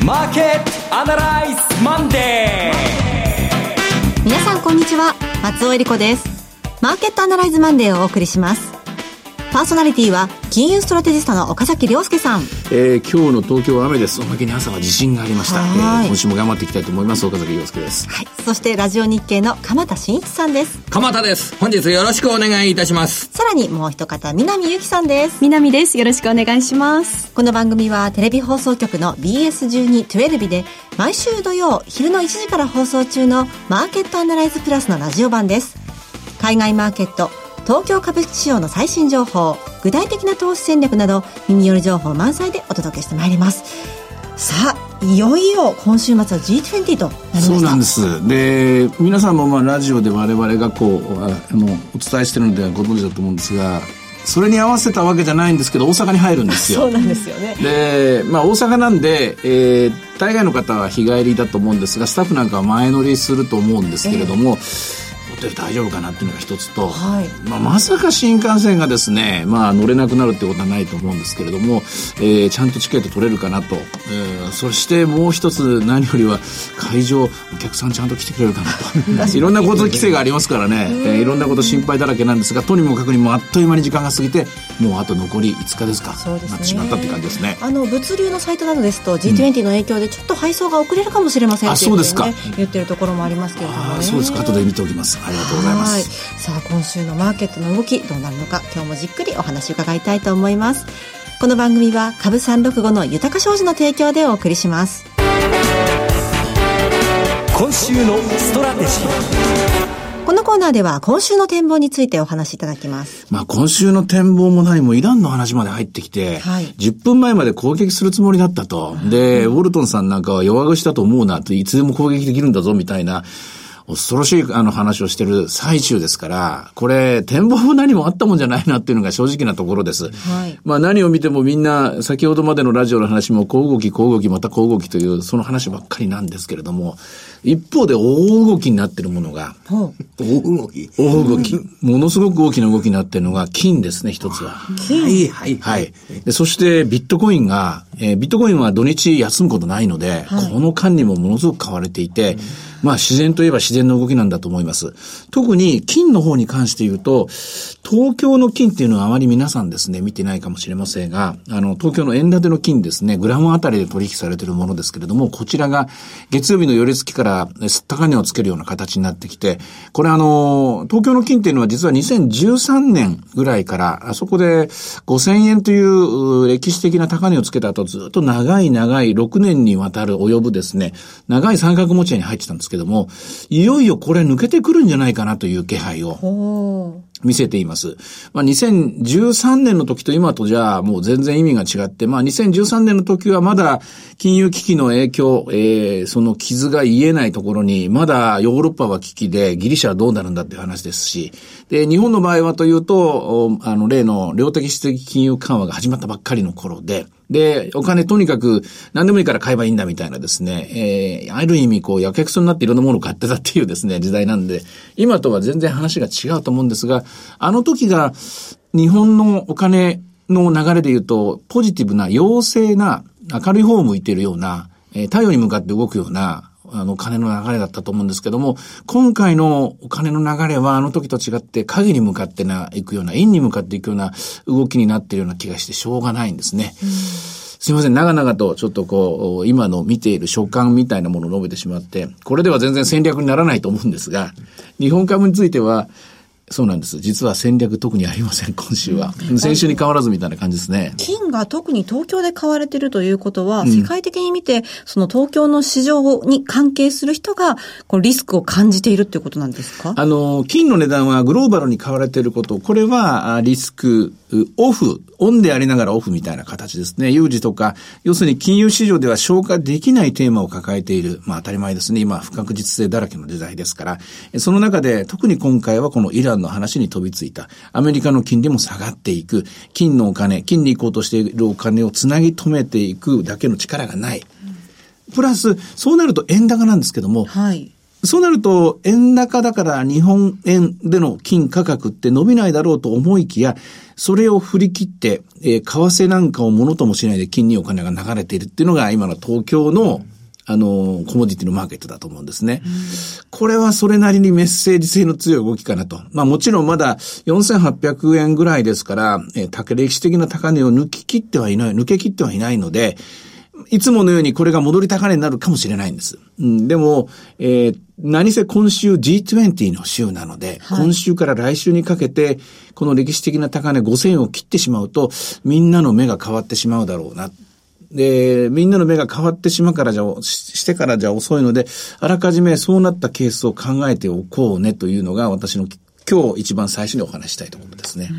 マーケットアナライズマンデー。 皆さんこんにちは、松尾恵理子です。マーケットアナライズマンデーをお送りします。パーソナリティは金融ストラテジストの岡崎亮介さん。 今日の東京は雨です。おまけに朝は地震がありました。今週も頑張っていきたいと思います。岡崎亮介です。 はい、そしてラジオ日経の鎌田新一さんです。 鎌田です。本日よろしくお願いいたします。 さらにもう一方、南由紀さんです。 南です。よろしくお願いします。 この番組はテレビ放送局の BS12-12 で毎週土曜昼の1時から放送中のマーケットアナライズプラスのラジオ版です。海外マーケット、東京株式市場の最新情報、具体的な投資戦略など耳寄り情報満載でお届けしてまいります。さあ、いよいよ今週末は G20 となりました。 そうなんです。で、皆さんもラジオで我々がお伝えしているのではご存知だと思うんですが、それに合わせたわけじゃないんですけど大阪に入るんですよ。 そうなんですよね。 で、大阪なんで、大概の方は日帰りだと思うんですが、スタッフなんかは前乗りすると思うんですけれども、ホテル大丈夫かなっていうのが一つと、まさか新幹線がですね、乗れなくなるってことはないと思うんですけれども、ちゃんとチケット取れるかなと、そしてもう一つ何よりは会場お客さんちゃんと来てくれるかなといろんなこと規制がありますからね、いろんなこと心配だらけなんですが、とにもかくにもあっという間に時間が過ぎて、もうあと残り5日ですか、なってしまったって感じですね。 物流のサイトなどですと G20 の影響でちょっと配送が遅れるかもしれませんっていう、言ってるところもありますけれどもね。 そうですか。後で見ておきます。ありがとうございます。 さあ、今週のマーケットの動きどうなるのか、今日もじっくりお話伺いたいと思います。この番組は株365の豊か商事の提供でお送りします。 今週のストラテジー。 このコーナーでは今週の展望についてお話しいただきます。 今週の展望も何もイランの話まで入ってきて、10分前まで攻撃するつもりだったと。で、ウォルトンさんなんかは弱腰だと思うなと、いつでも攻撃できるんだぞみたいな恐ろしい話をしてる最中ですから、これ展望も何もあったもんじゃないなっていうのが正直なところです。何を見てもみんな先ほどまでのラジオの話も小動きまた小動きというその話ばっかりなんですけれども、一方で大動きになっているものが、大動きものすごく大きな動きになっているのが金ですね。一つは金、で、そしてビットコインは土日休むことないので、この間にもものすごく買われていて、自然といえば自然の動きなんだと思います。特に金の方に関して言うと、東京の金っていうのはあまり皆さんですね、見てないかもしれませんが、東京の円建ての金ですね、グラムあたりで取引されているものですけれども、こちらが月曜日の寄り付きから高値をつけるような形になってきて、これ東京の金っていうのは実は2013年ぐらいから、あそこで5000円という歴史的な高値をつけた後、ずっと長い6年にわたる及ぶですね、長い三角持ち合いに入ってたんですけども、いよいよこれ抜けてくるんじゃないかなという気配を見せています。2013年の時と今とじゃあもう全然意味が違って、2013年の時はまだ金融危機の影響、その傷が癒えないところに、まだヨーロッパは危機でギリシャはどうなるんだっていう話ですし、で、日本の場合はというと、例の量的質的金融緩和が始まったばっかりの頃で、お金とにかく何でもいいから買えばいいんだみたいなですね、ある意味やけくそになっていろんなものを買ってたっていうですね、時代なんで、今とは全然話が違うと思うんですが、あの時が日本のお金の流れで言うと、ポジティブな、陽性な、明るい方を向いているような、太陽に向かって動くような、お金の流れだったと思うんですけども、今回のお金の流れはあの時と違って影に向かっていくような、陰に向かっていくような動きになっているような気がしてしょうがないんですね。すいません、長々とちょっと今の見ている所感みたいなものを述べてしまって、これでは全然戦略にならないと思うんですが、日本株については、そうなんです。実は戦略特にありません、今週は。先週に変わらずみたいな感じですね。 金が特に東京で買われているということは、世界的に見て、その東京の市場に関係する人が、リスクを感じているっていうことなんですか？ 金の値段はグローバルに買われていること、これはリスク、オンでありながらオフみたいな形ですね。有事とか、要するに金融市場では消化できないテーマを抱えている。当たり前ですね。今、不確実性だらけの時代ですから。その中で、特に今回はこのイランの話に飛びついた。アメリカの金利も下がっていく。金に行こうとしているお金をつなぎ止めていくだけの力がない。プラス、そうなると円高なんですけども、 そうなると、円高だから日本円での金価格って伸びないだろうと思いきや、それを振り切って、為替なんかをものともしないで金にお金が流れているっていうのが今の東京のコモディティのマーケットだと思うんですね。これはそれなりにメッセージ性の強い動きかなと。もちろんまだ4800円ぐらいですから、歴史的な高値を抜け切ってはいないので、いつものようにこれが戻り高値になるかもしれないんです。でも、何せ今週 G20 の週なので、今週から来週にかけて、この歴史的な高値5000円を切ってしまうと、みんなの目が変わってしまうだろうな。で、みんなの目が変わってしてからじゃ遅いので、あらかじめそうなったケースを考えておこうねというのが私の今日一番最初にお話したいところですね。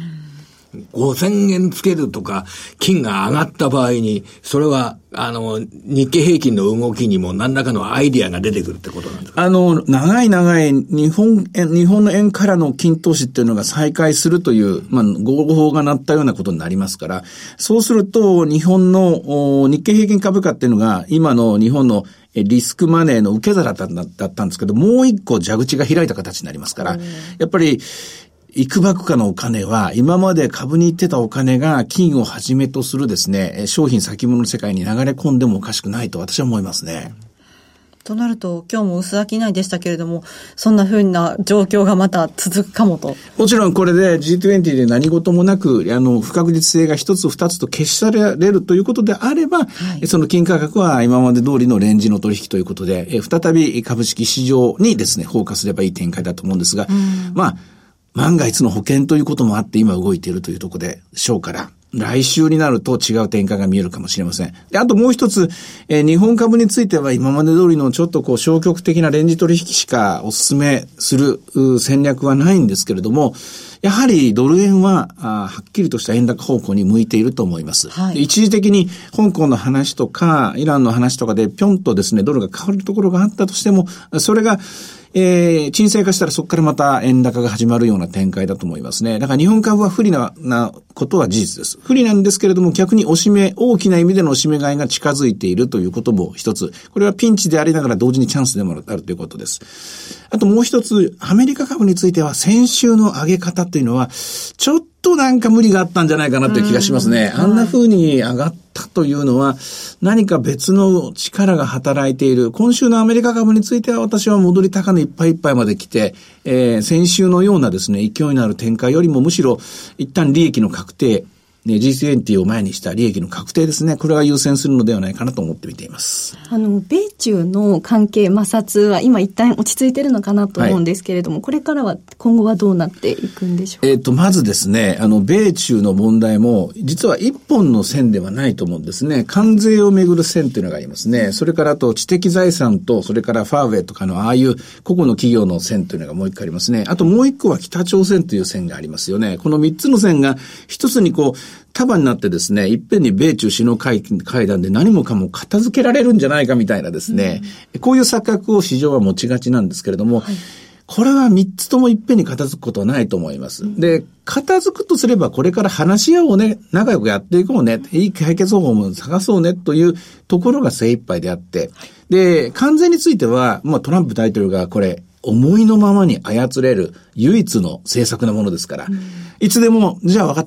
5000円つけるとか、金が上がった場合に、それは、日経平均の動きにも何らかのアイディアが出てくるってことなんですか？ 長い日本の円からの金投資っていうのが再開するという、合法が鳴ったようなことになりますから、そうすると、日本の日経平均株価っていうのが、今の日本のリスクマネーの受け皿だったんですけど、もう一個蛇口が開いた形になりますから、やっぱり、いくばくかのお金は、今まで株に行ってたお金が金をはじめとするですね、商品先物の世界に流れ込んでもおかしくないと私は思いますね。 となると、今日も薄商いでしたけれども、そんな風な状況がまた続くかもと。 もちろんこれで G20 で何事もなく、不確実性が一つ二つと消し去られるということであれば、その金価格は今まで通りのレンジの取引ということで、再び株式市場にですね、フォーカスすればいい展開だと思うんですが、万が一の保険ということもあって今動いているというところでしょうから、来週になると違う展開が見えるかもしれません。で、あともう一つ、日本株については今まで通りのちょっと消極的なレンジ取引しかお勧めする戦略はないんですけれども、やはりドル円ははっきりとした円高方向に向いていると思います。一時的に香港の話とかイランの話とかでぴょんとですね、ドルが変わるところがあったとしても、それが沈静化したらそこからまた円高が始まるような展開だと思いますね。だから日本株は不利なことは事実です。不利なんですけれども、逆に大きな意味での押し目買いが近づいているということも一つ。これはピンチでありながら同時にチャンスでもあるということです。あともう一つ、アメリカ株については先週の上げ方というのは、ちょっとなんか無理があったんじゃないかなという気がしますね。あんな風に上がったというのは、何か別の力が働いている。今週のアメリカ株については私は戻り高値いっぱいいっぱいまで来て、先週のようなですね、勢いのある展開よりもむしろ一旦利益の確定、G20 を前にした利益の確定ですね。これが優先するのではないかなと思って見ています。 米中の関係摩擦は今一旦落ち着いているのかなと思うんですけれども、これからは今後はどうなっていくんでしょうか？ まずですね、米中の問題も実は一本の線ではないと思うんですね。関税をめぐる線というのがありますね。それからあと知的財産と、それからファーウェイとかのああいう個々の企業の線というのがもう一個ありますね。あともう一個は北朝鮮という線がありますよね。この三つの線が一つに束になってですね、いっぺんに米中首脳会談で何もかも片付けられるんじゃないかみたいなですね、こういう錯覚を市場は持ちがちなんですけれども、これは3つともいっぺんに片付くことはないと思います。で、片付くとすればこれから話し合おうね、仲良くやっていこうね、いい解決方法も探そうねというところが精一杯であって、で、関税については、トランプ大統領がこれ、思いのままに操れる唯一の政策なものですから、いつでも、じゃあ分かった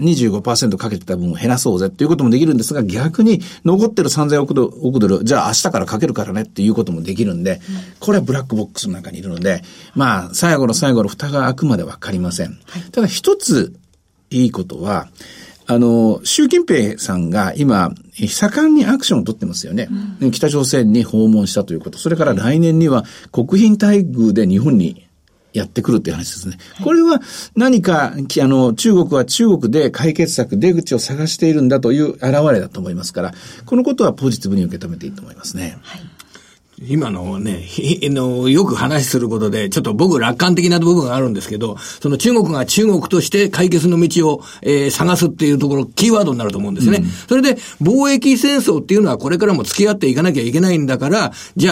25% かけてた分を減らそうぜっていうこともできるんですが、逆に残ってる3000億ドル、じゃあ明日からかけるからねっていうこともできるんで、これはブラックボックスの中にいるので、最後の最後の蓋が開くまで分かりません。ただ一ついいことは、習近平さんが今、盛んにアクションを取ってますよね。北朝鮮に訪問したということ。それから来年には国賓待遇で日本にやってくるっていう話ですね。これは何か、中国は中国で解決策、出口を探しているんだという現れだと思いますから、このことはポジティブに受け止めていいと思いますね。 今のね、よく話することで、ちょっと僕楽観的な部分があるんですけど、その中国が中国として解決の道を、探すっていうところ、キーワードになると思うんですね。それで、貿易戦争っていうのはこれからも付き合っていかなきゃいけないんだから、じゃあ、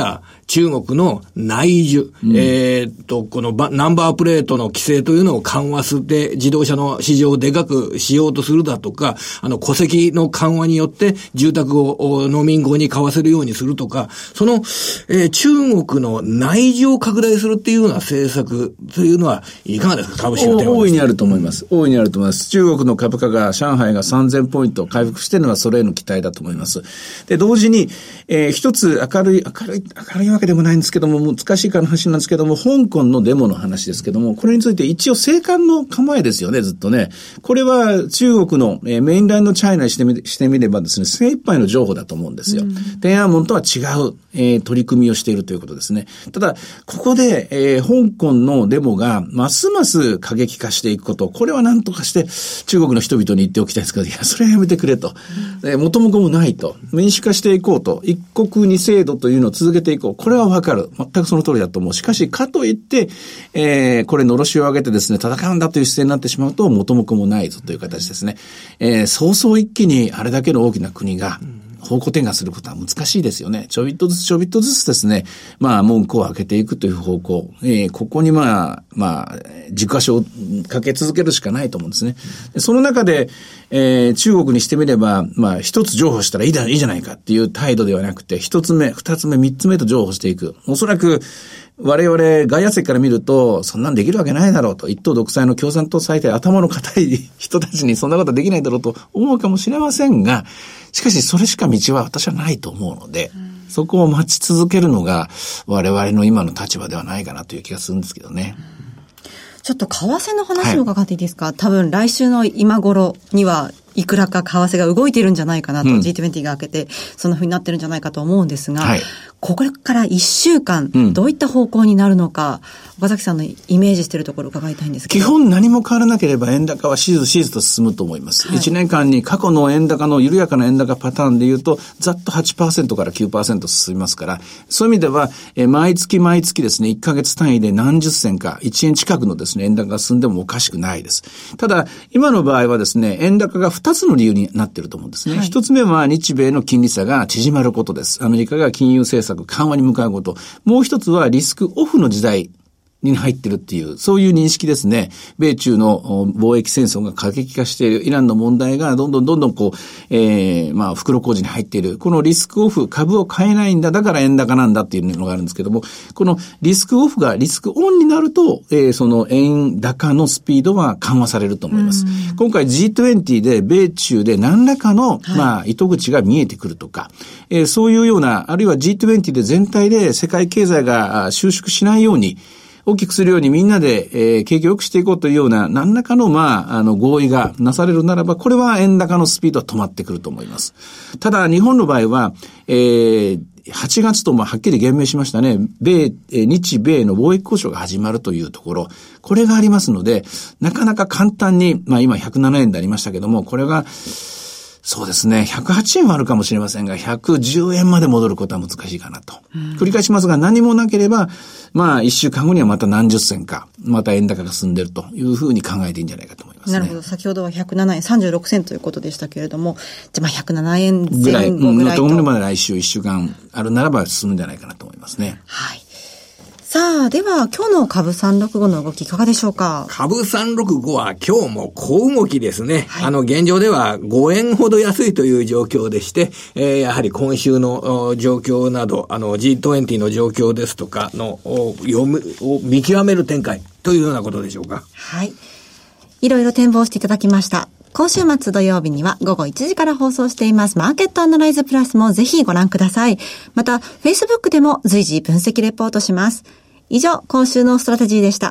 中国の内需、このナンバープレートの規制というのを緩和して自動車の市場をでかくしようとするだとか、戸籍の緩和によって住宅を農民号に買わせるようにするとか、その、中国の内需を拡大するっていうような政策というのはいかがですか、株式の点は。 大いにあると思います。大いにあると思います。中国の株価が、上海が3000ポイント回復しているのはそれへの期待だと思います。で、同時に、一つ明るいわけでもないんですけども、難しいからの話なんですけども、香港のデモの話ですけども、これについて一応静観の構えですよね、ずっとね。これは中国の、メインラインのチャイナにしてみればですね、精一杯の情報だと思うんですよ。天安門とは違う、取り組みをしているということですね。ただ、ここで、香港のデモがますます過激化していくこと、これは何とかして中国の人々に言っておきたいですけど、いや、それはやめてくれと。元も子もないと。民主化していこうと。一国二制度というのを続けていこう。これはわかる。全くその通りだと思う。しかし、かといって、これ、のろしを上げてですね、戦うんだという姿勢になってしまうと、元も子もないぞという形ですね。早々一気にあれだけの大きな国が、方向転換することは難しいですよね。ちょびっとずつですね、門戸を開けていくという方向。ここに軸足をかけ続けるしかないと思うんですね。その中で、中国にしてみれば、一つ譲歩したらいいじゃないかっていう態度ではなくて、一つ目、二つ目、三つ目と譲歩していく。おそらく、我々外野席から見ると、そんなんできるわけないだろうと、一党独裁の共産党最大頭の固い人たちにそんなことできないだろうと思うかもしれませんが、しかしそれしか道は私はないと思うので、そこを待ち続けるのが我々の今の立場ではないかなという気がするんですけどね。 ちょっと為替の話を伺っていいですか？多分来週の今頃にはいくらか為替が動いているんじゃないかなと、G20 が明けてそんな風になってるんじゃないかと思うんですが、これから1週間、どういった方向になるのか、岡崎さんのイメージしているところを伺いたいんですけど。 基本何も変わらなければ円高はシーズと進むと思います。1年間に過去の円高の緩やかな円高パターンで言うと、ざっと 8% から 9% 進みますから、そういう意味では、毎月ですね、1ヶ月単位で何十銭か、1円近くのですね、円高が進んでもおかしくないです。ただ、今の場合はですね、円高が2つの理由になっていると思うんですね。1つ目は日米の金利差が縮まることです。アメリカが金融政策緩和に向かうこと。もう一つはリスクオフの時代に入ってるっていう、そういう認識ですね。米中の貿易戦争が過激化している、イランの問題がどんどん袋小路に入っている。このリスクオフ、株を買えないんだ、だから円高なんだっていうのがあるんですけども、このリスクオフがリスクオンになると、その円高のスピードは緩和されると思います。今回 G20 で米中で何らかの、糸口が見えてくるとか、そういうような、あるいは G20 で全体で世界経済が収縮しないように、大きくするようにみんなで、景気を良くしていこうというような何らかの合意がなされるならば、これは円高のスピードは止まってくると思います。ただ日本の場合は、8月ともはっきり言明しましたね。日米の貿易交渉が始まるというところ、これがありますので、なかなか簡単に、今107円でありましたけども、これがそうですね。108円はあるかもしれませんが、110円まで戻ることは難しいかなと。繰り返しますが、何もなければ、1週間後にはまた何十銭か、また円高が進んでいるというふうに考えていいんじゃないかと思いますね。 なるほど。先ほどは107円36銭ということでしたけれども、じゃあ107円前後ぐらいと。 まで来週1週間あるならば進むんじゃないかなと思いますね。 はい。さあ、では今日の株365の動きいかがでしょうか？ 株365は今日も小動きですね。現状では5円ほど安いという状況でして、やはり今週の状況など、G20 の状況ですとかの見極める展開というようなことでしょうか。 はい。いろいろ展望していただきました。今週末土曜日には午後1時から放送していますマーケットアナライズプラスもぜひご覧ください。また、Facebook でも随時分析レポートします。以上、今週のストラテジーでした。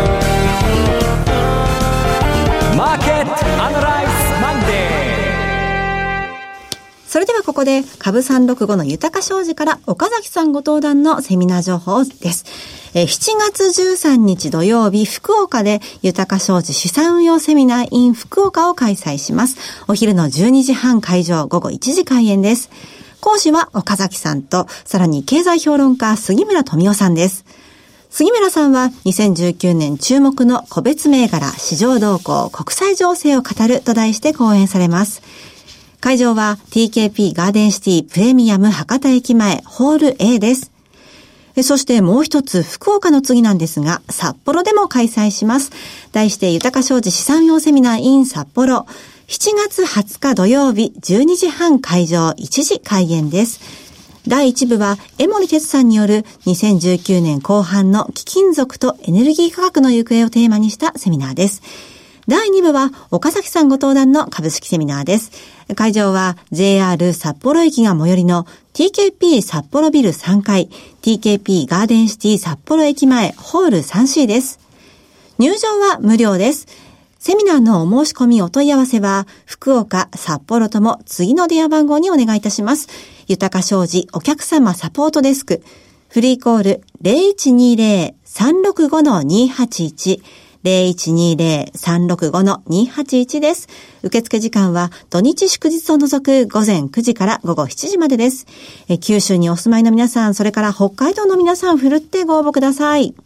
マーケットアナライズマンデー。 それではここで株365の豊か商事から岡崎さんご登壇のセミナー情報です。7月13日土曜日、福岡で豊か商事資産運用セミナー in 福岡を開催します。お昼の12時半会場、午後1時開演です。講師は岡崎さんと、さらに経済評論家杉村富夫さんです。杉村さんは2019年注目の個別銘柄、市場動向、国際情勢を語ると題して講演されます。会場は TKP ガーデンシティプレミアム博多駅前ホール A です。 そしてもう一つ、福岡の次なんですが、札幌でも開催します。題して、豊か商事資産用セミナー in 札幌。7月20日土曜日、12時半会場、1時開演です。第1部は、江森哲さんによる2019年後半の貴金属とエネルギー価格の行方をテーマにしたセミナーです。第2部は、岡崎さんご登壇の株式セミナーです。会場は JR 札幌駅が最寄りの TKP 札幌ビル3階、TKP ガーデンシティ札幌駅前ホール 3C です。入場は無料です。セミナーのお申し込みお問い合わせは、福岡、札幌とも次の電話番号にお願いいたします。豊か商事お客様サポートデスク。フリーコール 0120-365-281 0120-365-281 です。受付時間は土日祝日を除く午前9時から午後7時までです。九州にお住まいの皆さん、それから北海道の皆さん、ふるってご応募ください。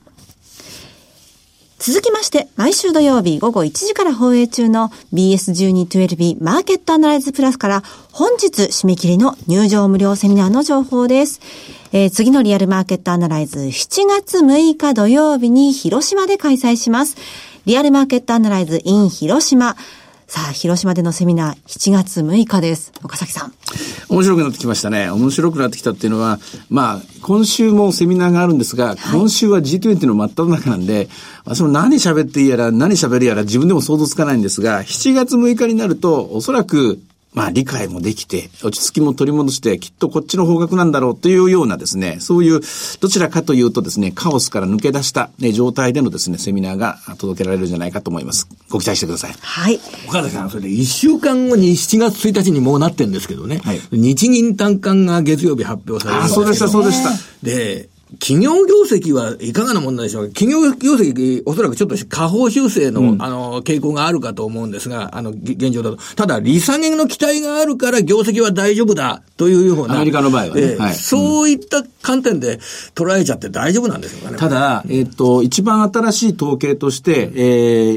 続きまして、毎週土曜日午後1時から放映中の BS1212 マーケットアナライズプラスから本日締め切りの入場無料セミナーの情報です。次のリアルマーケットアナライズ7月6日土曜日に広島で開催します。リアルマーケットアナライズ in 広島。さあ、広島でのセミナー7月6日です。岡崎さん。 面白くなってきましたね。面白くなってきたっていうのは、今週もセミナーがあるんですが、今週は G20 の真っ只中なんで、その何喋っていいやら、何喋るやら自分でも想像つかないんですが、7月6日になると、おそらく、理解もできて、落ち着きも取り戻して、きっとこっちの方角なんだろうというようなですね、そういう、どちらかというとですね、カオスから抜け出した、状態でのですね、セミナーが届けられるんじゃないかと思います。ご期待してください。 はい。 岡崎さん、それで1週間後に7月1日にもうなってんですけどね。 はい。 日銀短観が月曜日発表されるんですけど。 そうでした、そうでした。 で、企業業績はいかがなもんなんでしょうか。企業業績、おそらくちょっと下方修正の、傾向があるかと思うんですが、現状だと。ただ、利下げの期待があるから業績は大丈夫だというような。 アメリカの場合はね。 そういった観点で捉えちゃって大丈夫なんでしょうかね。 ただ、一番新しい統計として、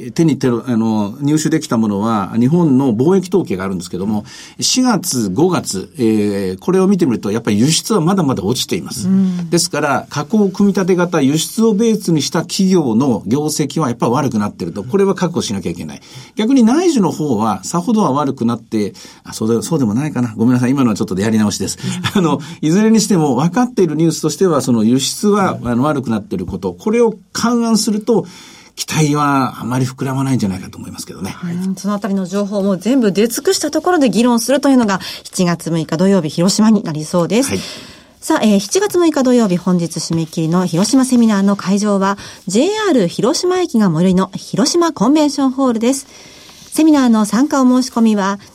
入手できたものは、日本の貿易統計があるんですけども、4月、5月、これを見てみると、やっぱり輸出はまだまだ落ちています。ですから、加工組み立て型輸出をベースにした企業の業績はやっぱり悪くなっていると。これは確保しなきゃいけない。逆に内需の方はさほどは悪くなって、そうでもないかな。ごめんなさい。今のはちょっとやり直しです。いずれにしても分かっているニュースとしては、その輸出は悪くなっていること。これを勘案すると、期待はあまり膨らまないんじゃないかと思いますけどね。 そのあたりの情報も全部出尽くしたところで議論するというのが7月6日土曜日広島になりそうです。はい。さあ、7月6日土曜日本日締め切りの広島セミナーの会場は JR 広島駅が最寄りの広島コンベンションホールです。セミナーの参加お申し込みは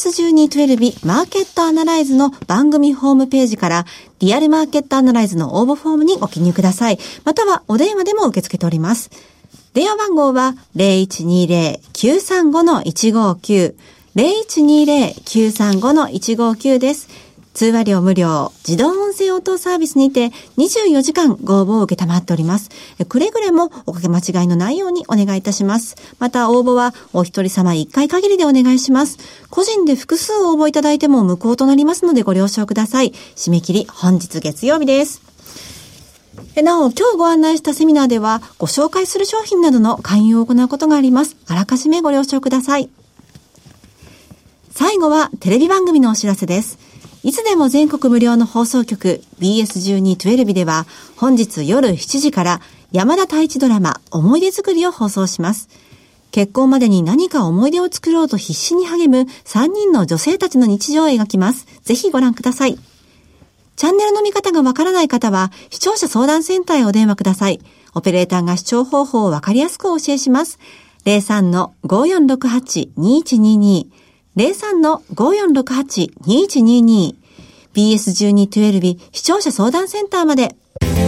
BS1212 マーケットアナライズの番組ホームページからリアルマーケットアナライズの応募フォームにご記入ください。またはお電話でも受け付けております。電話番号は 0120-935-159 0120-935-159 です。通話料無料、自動音声応答サービスにて24時間ご応募を受けたまっております。くれぐれもおかけ間違いのないようにお願いいたします。また応募はお一人様1回限りでお願いします。個人で複数応募いただいても無効となりますのでご了承ください。締め切り本日月曜日です。なお、今日ご案内したセミナーではご紹介する商品などの勧誘を行うことがあります。あらかじめご了承ください。最後はテレビ番組のお知らせです。いつでも全国無料の放送局 BS1212 では本日夜7時から山田太一ドラマ思い出作りを放送します。結婚までに何か思い出を作ろうと必死に励む3人の女性たちの日常を描きます。ぜひご覧ください。チャンネルの見方がわからない方は視聴者相談センターへお電話ください。オペレーターが視聴方法をわかりやすくお教えします。03-5468-2122 03-5468-2122 BS1212 視聴者相談センターまで。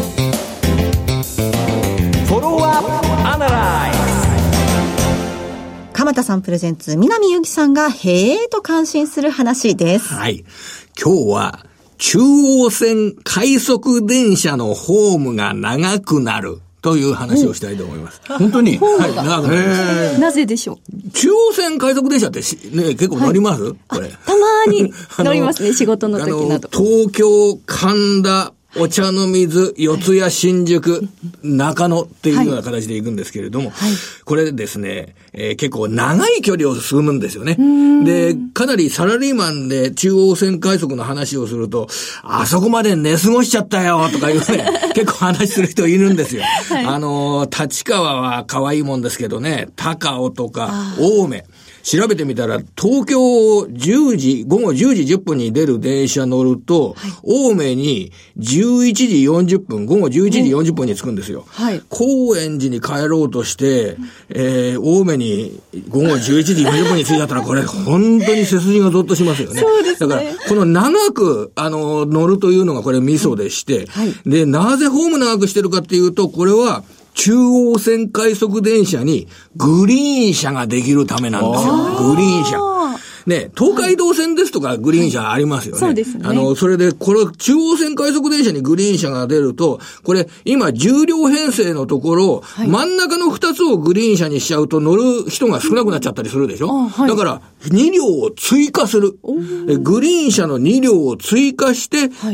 鎌田さんプレゼンツ南由紀さんがへーと感心する話です。 はい。今日は中央線快速電車のホームが長くなるという話をしたいと思います。 本当に？ はい、長くなります。 なぜでしょう？ 中央線快速電車ってね、結構乗ります？これ。 たまに乗りますね、仕事の時など。 東京、神田、大お茶の水、四谷、新宿、中野っていうような形で行くんですけれども、これですね、結構長い距離を進むんですよね。で、かなりサラリーマンで中央線快速の話をすると、あそこまで寝過ごしちゃったよとかいうね、結構話する人いるんですよ。立川は可愛いもんですけどね、高尾とか青梅。調べてみたら、東京午後10時10分に出る電車乗ると、青梅に11時40分、午後11時40分に着くんですよ。高円寺に帰ろうとして、青梅に午後11時40分に着いちゃったら、これ本当に背筋がゾッとしますよね。 そうですね。 だから、この長く、乗るというのがこれミソでして、で、なぜホーム長くしてるかっていうと、これは、中央線快速電車にグリーン車ができるためなんですよ。グリーン車。ね、東海道線ですとかグリーン車ありますよね。 そうですね。 それで、これ、中央線快速電車にグリーン車が出ると、これ、今、10両編成のところ、真ん中の2つをグリーン車にしちゃうと乗る人が少なくなっちゃったりするでしょ。だから、2両を追加する。グリーン車の2両を追加して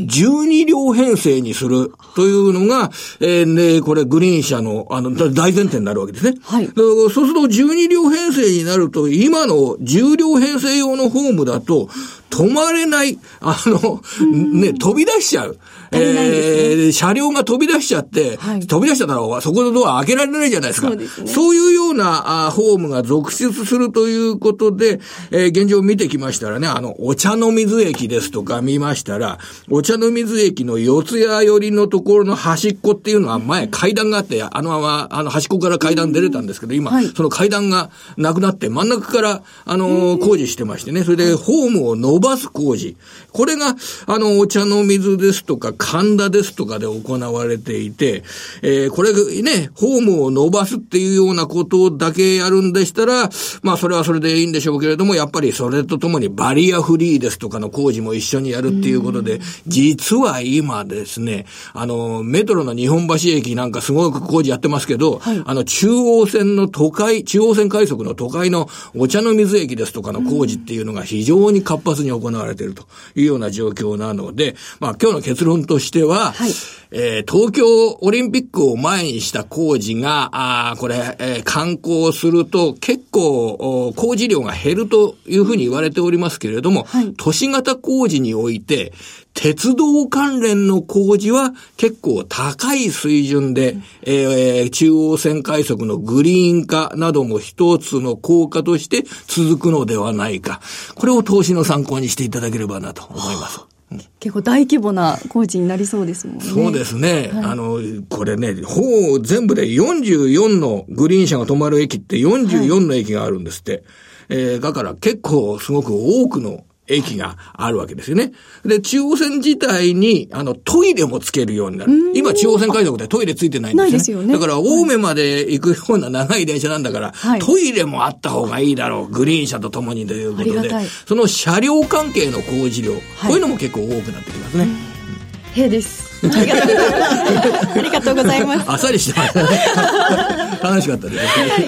、12両編成にするというのが、ね、これ、グリーン車の、大前提になるわけですね。そうすると、12両編成になると、今の10両編成用のホームだと、止まれない、ね、飛び出しちゃう。車両が飛び出しちゃって、飛び出しちゃったらそこのドア開けられないじゃないですか。そういうようなホームが続出するということで、現状見てきましたらね、お茶の水駅ですとか見ましたら、お茶の水駅の四谷寄りのところの端っこっていうのは前階段があって、端っこから階段出れたんですけど、今、その階段がなくなって真ん中から、工事してましてね、それでホームを伸ばす工事。これが、お茶の水ですとか、神田ですとかで行われていて、これね、ホームを伸ばすっていうようなことだけやるんでしたら、まあそれはそれでいいんでしょうけれども、やっぱりそれとともにバリアフリーですとかの工事も一緒にやるっていうことで、実は今ですね、メトロの日本橋駅なんかすごく工事やってますけど、中央線快速の都会のお茶の水駅ですとかの工事っていうのが非常に活発に行われているというような状況なので、まあ今日の結論としては、東京オリンピックを前にした工事が、観光すると結構工事量が減るというふうに言われておりますけれども、都市型工事において、鉄道関連の工事は結構高い水準で、中央線快速のグリーン化なども一つの効果として続くのではないか。これを投資の参考にしていただければなと思います。 結構大規模な工事になりそうですもんね。 そうですね。これね、全部で44のグリーン車が止まる駅って44の駅があるんですって。だから結構すごく多くの駅があるわけですよね。で、中央線自体に、トイレもつけるようになる。今、中央線快速でトイレついてないんですよね。 ないですよね。 だから、青梅まで行くような長い電車なんだから、トイレもあった方がいいだろう。グリーン車とともにということで、その車両関係の工事量、こういうのも結構多くなってきますね。 へです。ありがとうございます。 あっさりしてますね。楽しかったです。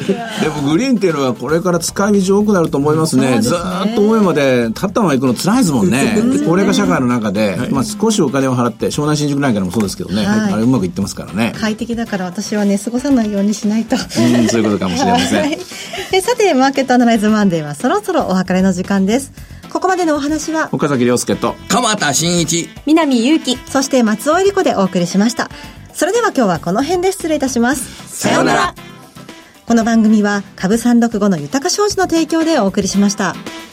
でもグリーンっていうのはこれから使い道多くなると思いますね。ずーっと上まで立ったまま行くの辛いですもんね。高齢化社会の中で、少しお金を払って湘南新宿なんかでもそうですけどね、あれうまくいってますからね。 快適だから私はね過ごさないようにしないと。 そういうことかもしれません。 さてマーケットアナライズマンデーはそろそろお別れの時間です。ここまでのお話は岡崎亮介と鎌田新一、 南祐希、 そして松尾恵理子でお送りしました。それでは今日はこの辺で失礼いたします。 さようなら。 この番組は株365の豊か商事の提供でお送りしました。